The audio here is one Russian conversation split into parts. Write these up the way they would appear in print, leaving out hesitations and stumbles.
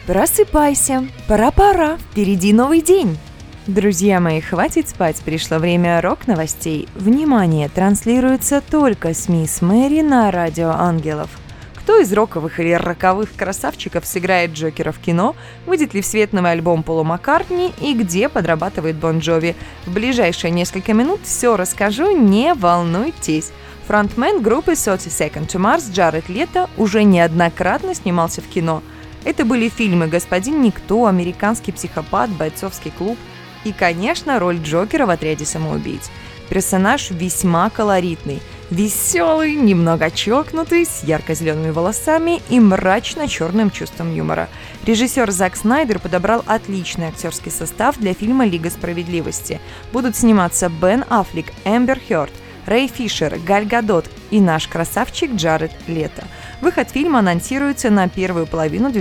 Просыпайся, пора, впереди новый день. Друзья мои, хватит спать, пришло время рок-новостей. Внимание, транслируется только с Мисс Мэри на Радио Ангелов. Кто из роковых или роковых красавчиков сыграет Джокера в кино? Выйдет ли в свет новый альбом Пола Маккартни? И где подрабатывает Бон Джови? В ближайшие несколько минут все расскажу, не волнуйтесь. Фронтмен группы 30 Seconds to Mars Джаред Лето уже неоднократно снимался в кино. Это были фильмы «Господин Никто», «Американский психопат», «Бойцовский клуб» и, конечно, роль Джокера в «Отряде самоубийц». Персонаж весьма колоритный, веселый, немного чокнутый, с ярко-зелеными волосами и мрачно-черным чувством юмора. Режиссер Зак Снайдер подобрал отличный актерский состав для фильма «Лига справедливости». Будут сниматься Бен Аффлек, Эмбер Хёрд, Рэй Фишер, Галь Гадот и наш красавчик Джаред Лето. Выход фильма анонсируется на первую половину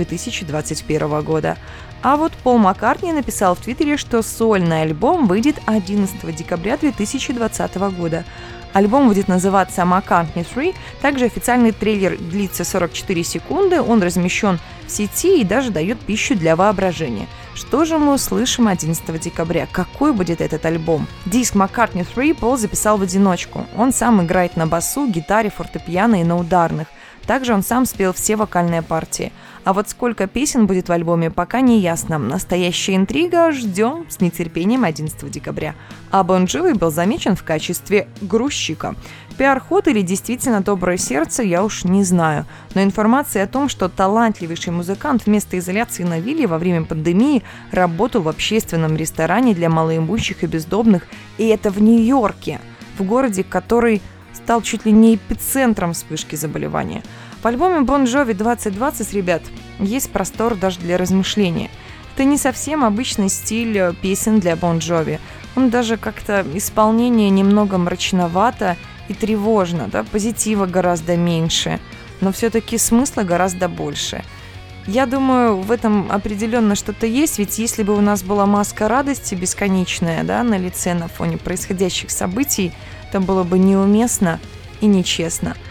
2021 года. А вот Пол Маккартни написал в Твиттере, что сольный альбом выйдет 11 декабря 2020 года. Альбом будет называться «Маккартни 3», также официальный трейлер длится 44 секунды, он размещен в сети и даже дает пищу для воображения. Что же мы услышим 11 декабря? Какой будет этот альбом? Диск «Маккартни 3» Пол записал в одиночку. Он сам играет на басу, гитаре, фортепиано и на ударных. Также он сам спел все вокальные партии. А вот сколько песен будет в альбоме, пока не ясно. Настоящая интрига, ждем с нетерпением 11 декабря. А Бон Джови был замечен в качестве грузчика. Пиар-ход или действительно доброе сердце, я уж не знаю. Но информация о том, что талантливейший музыкант вместо изоляции на вилле во время пандемии работал в общественном ресторане для малоимущих и бездомных, и это в Нью-Йорке, в городе, который стал чуть ли не эпицентром вспышки заболевания. В альбоме Бон Джови 2020, ребят, есть простор даже для размышления. Это не совсем обычный стиль песен для Бон Джови. Он даже как-то исполнение немного мрачновато и тревожно, да? Позитива гораздо меньше, но все-таки смысла гораздо больше. Я думаю, в этом определенно что-то есть, ведь если бы у нас была маска радости бесконечная, да, на лице на фоне происходящих событий, это было бы неуместно и нечестно.